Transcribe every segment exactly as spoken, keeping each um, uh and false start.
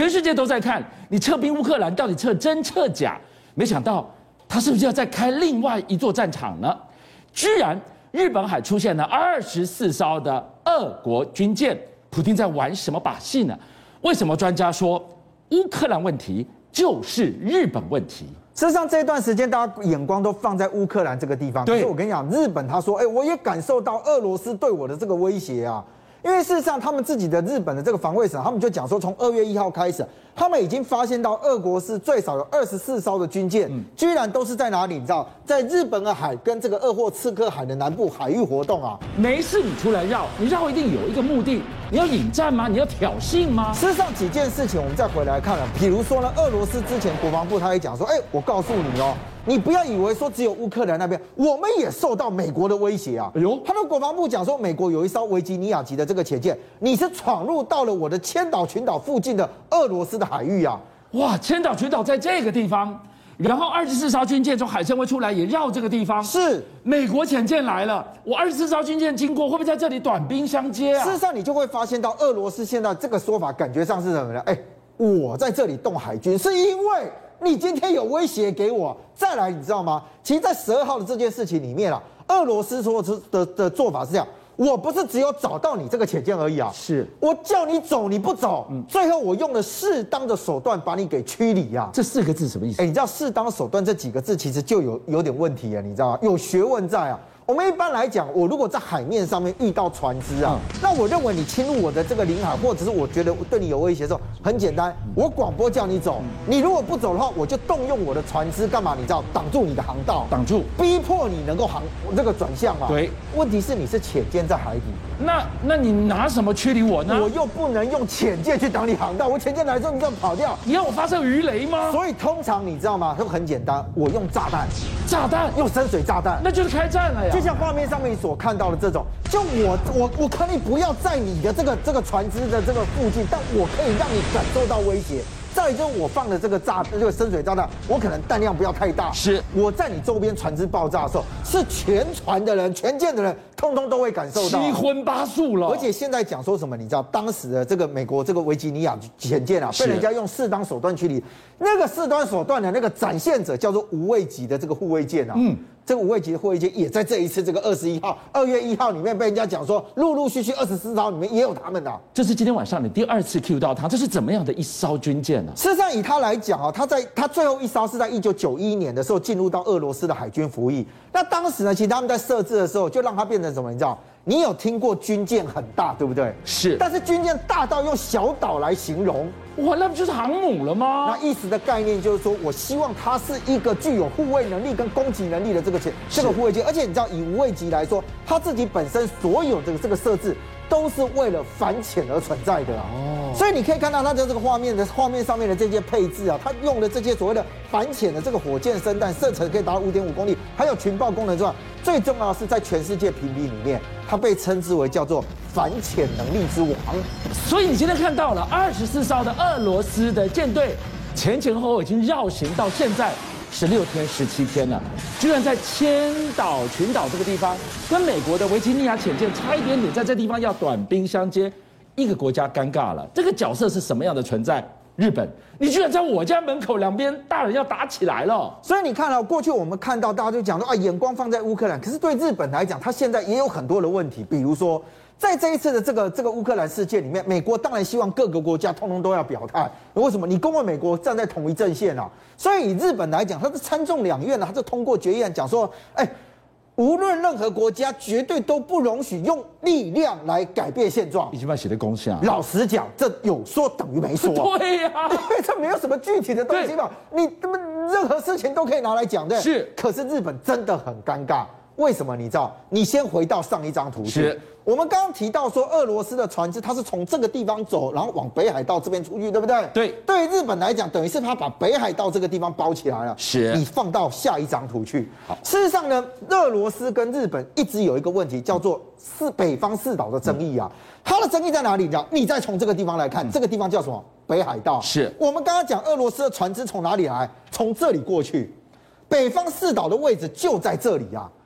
全世界都在看你撤兵乌克兰到底撤真撤假。没想到他是不是要再开另外一座战场呢？居然日本海出现了二十四艘的俄国军舰，普丁在玩什么把戏呢？为什么专家说乌克兰问题就是日本问题？ 事实上，这段时间大家眼光都放在乌克兰这个地方。可是我跟你讲，日本他说，哎、欸，我也感受到俄罗斯对我的这个威胁啊。因为事实上，他们自己的日本的这个防卫省，他们就讲说，从二月一号开始，他们已经发现到俄国是最少有二十四艘的军舰，嗯、居然都是在哪里？你知道，在日本的海跟这个鄂霍次克海的南部海域活动啊。 没事，你出来绕，你绕一定有一个目的，你要引战吗？你要挑衅吗？ 事实上，几件事情我们再回来看了，比如说呢，俄罗斯之前国防部他也讲说，哎、欸，我告诉你哦。你不要以为说只有乌克兰那边，我们也受到美国的威胁啊！哎呦，他的国防部讲说，美国有一艘维吉尼亚级的这个潜舰，你是闯入到了我的千岛群岛附近的俄罗斯的海域啊！ 哇，千岛群岛在这个地方，然后二十四艘军舰从海参崴出来也绕这个地方。 是， 美国潜舰来了，我二十四艘军舰经过，会不会在这里短兵相接啊？ 事实上，你就会发现到俄罗斯现在这个说法，感觉上是什么呢？哎，我在这里动海军，是因为你今天有威胁给我。再来，你知道吗？其实，在十二号的这件事情里面啊，俄罗斯说的的的做法是这样：我不是只有找到你这个潜舰而已啊， 是我叫你走你不走，嗯，最后我用了适当的手段把你给驱离啊。 这四个字什么意思？ 哎，你知道适当手段这几个字其实就有有点问题啊，你知道吗？有学问在啊。我们一般来讲，我如果在海面上面遇到船只啊，嗯、那我认为你侵入我的这个领海，或者是我觉得对你有威胁的时候，很简单，我广播叫你走，你如果不走的话，我就动用我的船只干嘛？你知道，挡住你的航道， 挡住， 逼迫你能够航这个转向嘛。 对， 问题是你是潜舰在海底， 那那你拿什么驱离我呢？ 我又不能用潜舰去挡你航道，我潜舰来之后你就要跑掉， 你要我发射鱼雷吗？ 所以通常你知道吗？就很简单，我用炸弹， 炸弹， 用深水炸弹， 那就是开战了呀。 就像画面上面所看到的这种，就我我我可以不要在你的这个这个船只的这个附近，但我可以让你感受到威胁。再来就是我放的这个炸这个深水炸弹，我可能弹量不要太大， 是我在你周边船只爆炸的时候，是全船的人、全舰的人，通通都会感受到七荤八素了。 而且现在讲说什么，你知道当时的这个美国这个维吉尼亚潜舰啊，被人家用适当手段驱离，那个适当手段的那个展现者叫做无畏级的这个护卫舰啊，嗯。这个无畏级的护卫舰也在这一次这个二十一号、二月一号里面被人家讲说，陆陆续续二十四艘里面也有他们的、啊。 这是今天晚上你第二次 cue 到他，这是怎么样的一艘军舰呢、啊？ 事实上，以他来讲啊，他在他最后一艘是在一九九一年的时候进入到俄罗斯的海军服役。那当时呢，其实他们在设置的时候，就让它变成什么？你知道？你有听过军舰很大，对不对？ 是。 但是军舰大到用小岛来形容， 哇，那不就是航母了吗？ 那意思的概念就是说，我希望它是一个具有护卫能力跟攻击能力的这个舰，这个护卫舰。而且你知道，以无畏级来说，它自己本身所有的这个设置都是为了反潜而存在的啊。哦。所以你可以看到它的这个画面的画面上面的这些配置啊，它用的这些所谓的反潜的这个火箭升弹，射程可以达到五点五公里，还有群爆功能之外，最重要的是在全世界评比里面，它被称之为叫做反潜能力之王。 所以你今天看到了二十四艘的俄罗斯的舰队前前后后已经绕行到现在十六天、十七天了，居然在千岛群岛这个地方，跟美国的维吉尼亚潜舰差一点点在这地方要短兵相接，一个国家尴尬了。这个角色是什么样的存在？日本，你居然在我家门口两边大人要打起来了。 所以你看到过去我们看到大家就讲说啊，眼光放在乌克兰，可是对日本来讲，它现在也有很多的问题，比如说。在这一次的这个这个乌克兰事件里面，美国当然希望各个国家通通都要表态。为什么？你跟我美国站在同一阵线啊。所以以日本来讲，它是参众两院啊，它是通过决议案讲说，哎，无论任何国家绝对都不容许用力量来改变现状。 已经把写在公下。 老实讲，这有说等于没说、 啊。对呀、啊， 因为这没有什么具体的东西嘛，你他妈任何事情都可以拿来讲的。 是， 可是日本真的很尴尬。为什么？你知道？你先回到上一张图去。 是。 我们刚刚提到说，俄罗斯的船只它是从这个地方走，然后往北海道这边出去，对不对？ 对。 对于日本来讲，等于是它把北海道这个地方包起来了。 是。 你放到下一张图去。 好。 事实上呢，俄罗斯跟日本一直有一个问题，叫做四北方四岛的争议啊。嗯、它的争议在哪里？你知道？你再从这个地方来看，嗯、这个地方叫什么？北海道。 是。 我们刚刚讲俄罗斯的船只从哪里来？从这里过去。北方四岛的位置就在这里啊。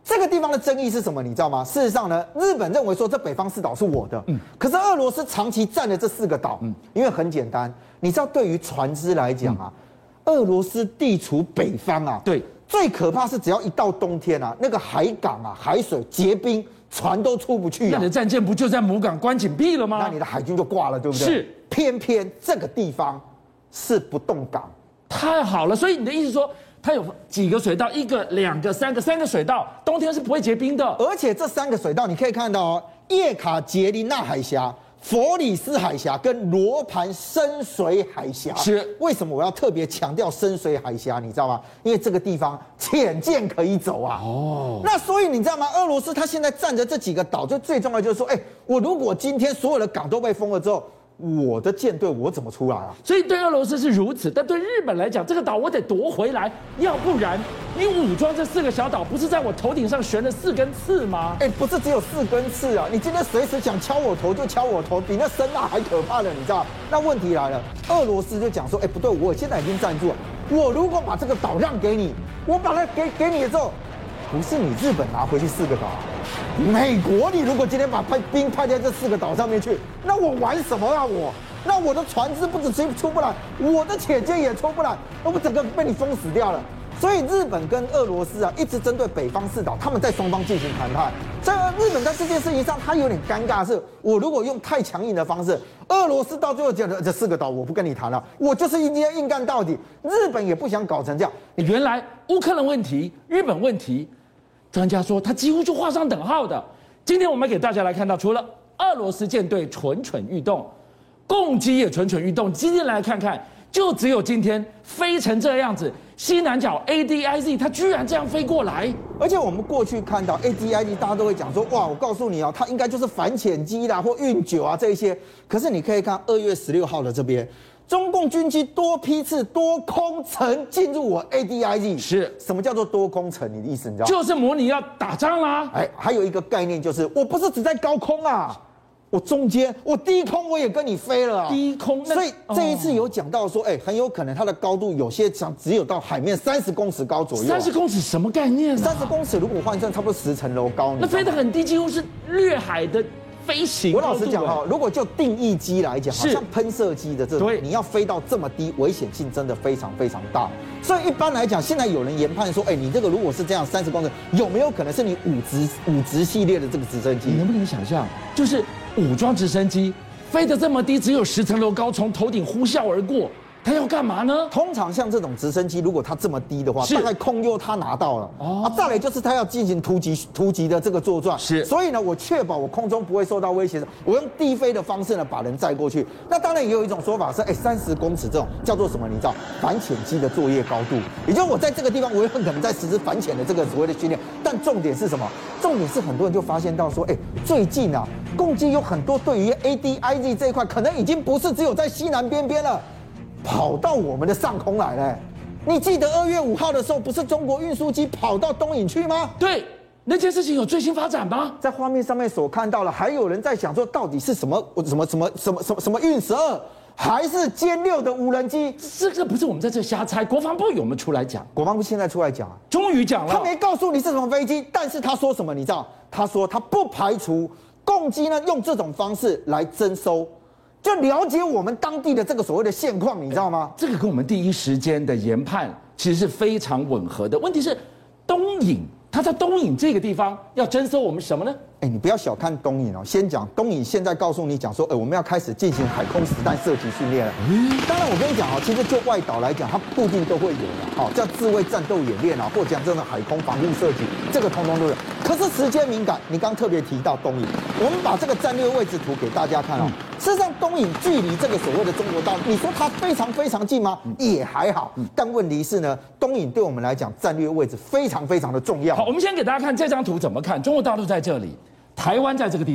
这个地方的争议是什么？你知道吗？事实上呢，日本认为说这北方四岛是我的，嗯，可是俄罗斯长期占了这四个岛，嗯，因为很简单，你知道对于船只来讲啊，嗯、俄罗斯地处北方啊， 对， 最可怕是只要一到冬天啊，那个海港啊，海水结冰，船都出不去啊。 那你的战舰不就在母港关紧闭了吗？ 那你的海军就挂了，对不对？ 是， 偏偏这个地方是不动港， 太好了。所以你的意思说？它有几个水道？一个、两个、三个，三个水道，冬天是不会结冰的。 而且这三个水道，你可以看到哦，叶卡捷琳娜海峡、佛里斯海峡跟罗盘深水海峡。 是为什么我要特别强调深水海峡？你知道吗？因为这个地方潜舰可以走啊。哦。那所以你知道吗？俄罗斯它现在占着这几个岛，就最重要就是说，哎，我如果今天所有的港都被封了之后。我的舰队我怎么出来啊？ 所以对俄罗斯是如此，但对日本来讲，这个岛我得夺回来，要不然你武装这四个小岛，不是在我头顶上悬了四根刺吗？ 哎，不是只有四根刺啊！你今天随时想敲我头就敲我头，比那声呐还可怕的，你知道？那问题来了，俄罗斯就讲说，哎，不对，我现在已经站住了，我如果把这个岛让给你，我把它给给你了之后，不是你日本拿回去四个岛。美国，你如果今天把派兵派在这四个岛上面去，那我玩什么啊我？那我的船只不止出出不来，我的潜舰也出不来，那我整个被你封死掉了。所以日本跟俄罗斯啊，一直针对北方四岛，他们在双方进行谈判。这个日本在这件事情上，他有点尴尬的是，我如果用太强硬的方式，俄罗斯到最后讲的这四个岛我不跟你谈了，我就是一定要硬干到底。日本也不想搞成这样。 原来乌克兰问题、日本问题。专家说，它几乎就画上等号的。今天我们给大家来看到，除了俄罗斯舰队蠢蠢欲动，共机也蠢蠢欲动。今天来看看，就只有今天飞成这样子，西南角 A D I Z 它居然这样飞过来。而且我们过去看到 A D I Z， 大家都会讲说，哇，我告诉你哦，它应该就是反潜机啦，或运九啊这一些。可是你可以看二月十六号的这边。中共军机多批次多空层进入我 A D I Z， 是什么叫做多空层？你的意思你知道？ 就是模拟要打仗啦。 哎，还有一个概念就是，我不是只在高空啊，我中间我低空我也跟你飞了啊。 低空， 所以这一次有讲到说，哎，很有可能它的高度有些想只有到海面三十公尺高左右。 三十公尺什么概念啊？ 三十公尺如果换算差不多十层楼高， 那飞得很低，几乎是掠海的。飞行， 我老实讲哈，如果就定义机来讲，像喷射机的这种，你要飞到这么低，危险性真的非常非常大。所以一般来讲，现在有人研判说，哎，你这个如果是这样三十公尺，有没有可能是你武直武直系列的这个直升机？ 你能不能想象，就是武装直升机飞得这么低，只有十层楼高，从头顶呼啸而过？他要干嘛呢？ 通常像这种直升机，如果它这么低的话，大概空优它拿到了。哦。啊，再来就是它要进行突击突击的这个作战。 是。 所以呢，我确保我空中不会受到威胁，我用低飞的方式呢把人载过去。那当然也有一种说法是，哎，三十公尺这种叫做什么？你知道，反潜机的作业高度，也就是我在这个地方，我也很可能在实施反潜的这个所谓的训练。但重点是什么？重点是很多人就发现到说，哎，最近啊，共机有很多对于 A D I Z 这一块，可能已经不是只有在西南边边了。跑到我们的上空来了，你记得二月五号的时候，不是中国运输机跑到东引去吗？ 对，那件事情有最新发展吗？ 在画面上面所看到了，还有人在想说，到底是什么什么什么什么什么什么运十二，还是歼六的无人机？ 这个不是我们在这瞎猜，国防部有没有出来讲？ 国防部现在出来讲啊， 终于讲了。 他没告诉你是什么飞机，但是他说什么？你知道？他说他不排除共机呢用这种方式来征收。就了解我们当地的这个所谓的现况，你知道吗？ 这个跟我们第一时间的研判其实是非常吻合的。问题是，东引它在东引这个地方要征收我们什么呢？ 哎，你不要小看东引哦。先讲东引，现在告诉你讲说，哎，我们要开始进行海空实弹射击训练了。嗯，当然我跟你讲啊，其实就外岛来讲，它固定都会有的，好，叫自卫战斗演练啊，或讲这种海空防护射击，这个通通都有。可是时间敏感，你刚特别提到东引，我们把这个战略位置图给大家看啊。事实上，东引距离这个所谓的中国大陆，你说它非常非常近吗？也还好。但问题是呢，东引对我们来讲，战略位置非常非常的重要。 好，我们先给大家看这张图怎么看。中国大陆在这里，台湾在这个地方，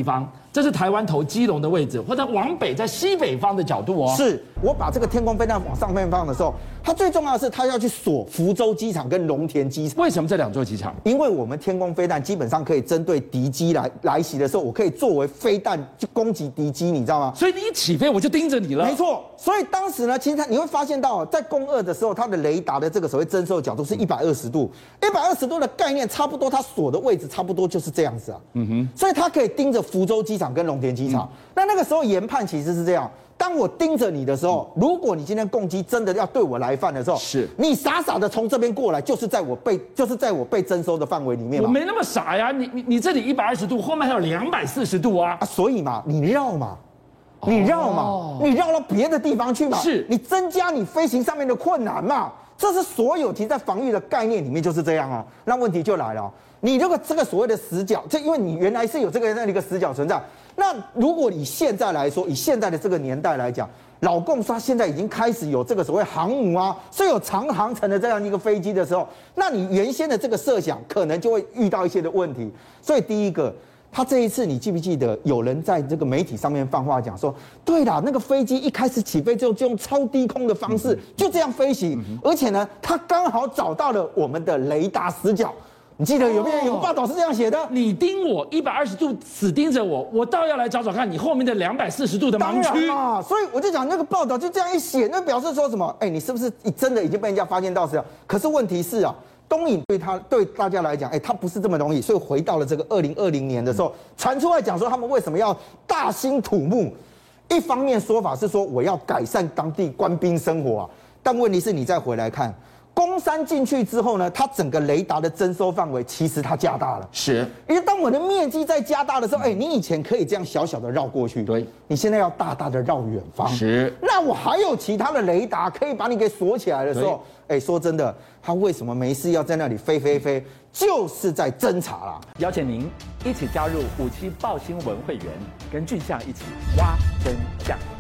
这是台湾投基隆的位置，或者往北在西北方的角度哦。 是我把这个天空飞弹往上面放的时候，它最重要的是它要去锁福州机场跟龙田机场。 为什么这两座机场？ 因为我们天空飞弹基本上可以针对敌机来来袭的时候，我可以作为飞弹去攻击敌机，你知道吗？ 所以你一起飞我就盯着你了。 没错，所以当时呢，其实它你会发现到，在攻二的时候，它的雷达的这个所谓侦收角度是一百二十度，一百二十度的概念差不多，它锁的位置差不多就是这样子啊。嗯哼，所以它可以盯着福州机场跟龙田机场。嗯、那那个时候研判其实是这样。当我盯着你的时候，如果你今天攻击真的要对我来犯的时候， 是你傻傻的从这边过来，就是在我被就是在我被征收的范围里面嘛。 我没那么傻呀，你你你这里一百二十度，后面还有两百四十度啊， 啊，所以嘛，你绕嘛。你绕嘛，哦、你绕到别的地方去嘛， 是你增加你飞行上面的困难嘛。这是所有其实在防御的概念里面就是这样哦。那问题就来了，你这个这个所谓的死角，这因为你原来是有这个样的一个死角存在。那如果以现在来说，以现在的这个年代来讲，老共他现在已经开始有这个所谓航母啊，是有长航程的这样一个飞机的时候，那你原先的这个设想可能就会遇到一些的问题。所以第一个。他这一次，你记不记得有人在这个媒体上面放话讲说，对啦，那个飞机一开始起飞就就用超低空的方式就这样飞行，而且呢，他刚好找到了我们的雷达死角。你记得有没有有报道是这样写的？ 你盯我一百二十度，死盯着我，我倒要来找找看你后面的两百四十度的盲区啊！所以我就讲那个报道就这样一写，那表示说什么？哎、欸，你是不是真的已经被人家发现到是这样？可是问题是啊。东引对他对大家来讲，哎、欸，他不是这么容易，所以回到了这个二零二零年的时候，传出来讲说他们为什么要大兴土木。一方面说法是说我要改善当地官兵生活啊，但问题是你再回来看，攻山进去之后呢，它整个雷达的征收范围其实它加大了。 是， 因为当我的面积在加大的时候，哎、欸，你以前可以这样小小的绕过去， 对， 你现在要大大的绕远方。 是， 那我还有其他的雷达可以把你给锁起来的时候。哎，说真的，他为什么没事要在那里飞飞飞？就是在侦查啦。 邀请您一起加入五七爆新闻会员，跟俊相一起挖真相。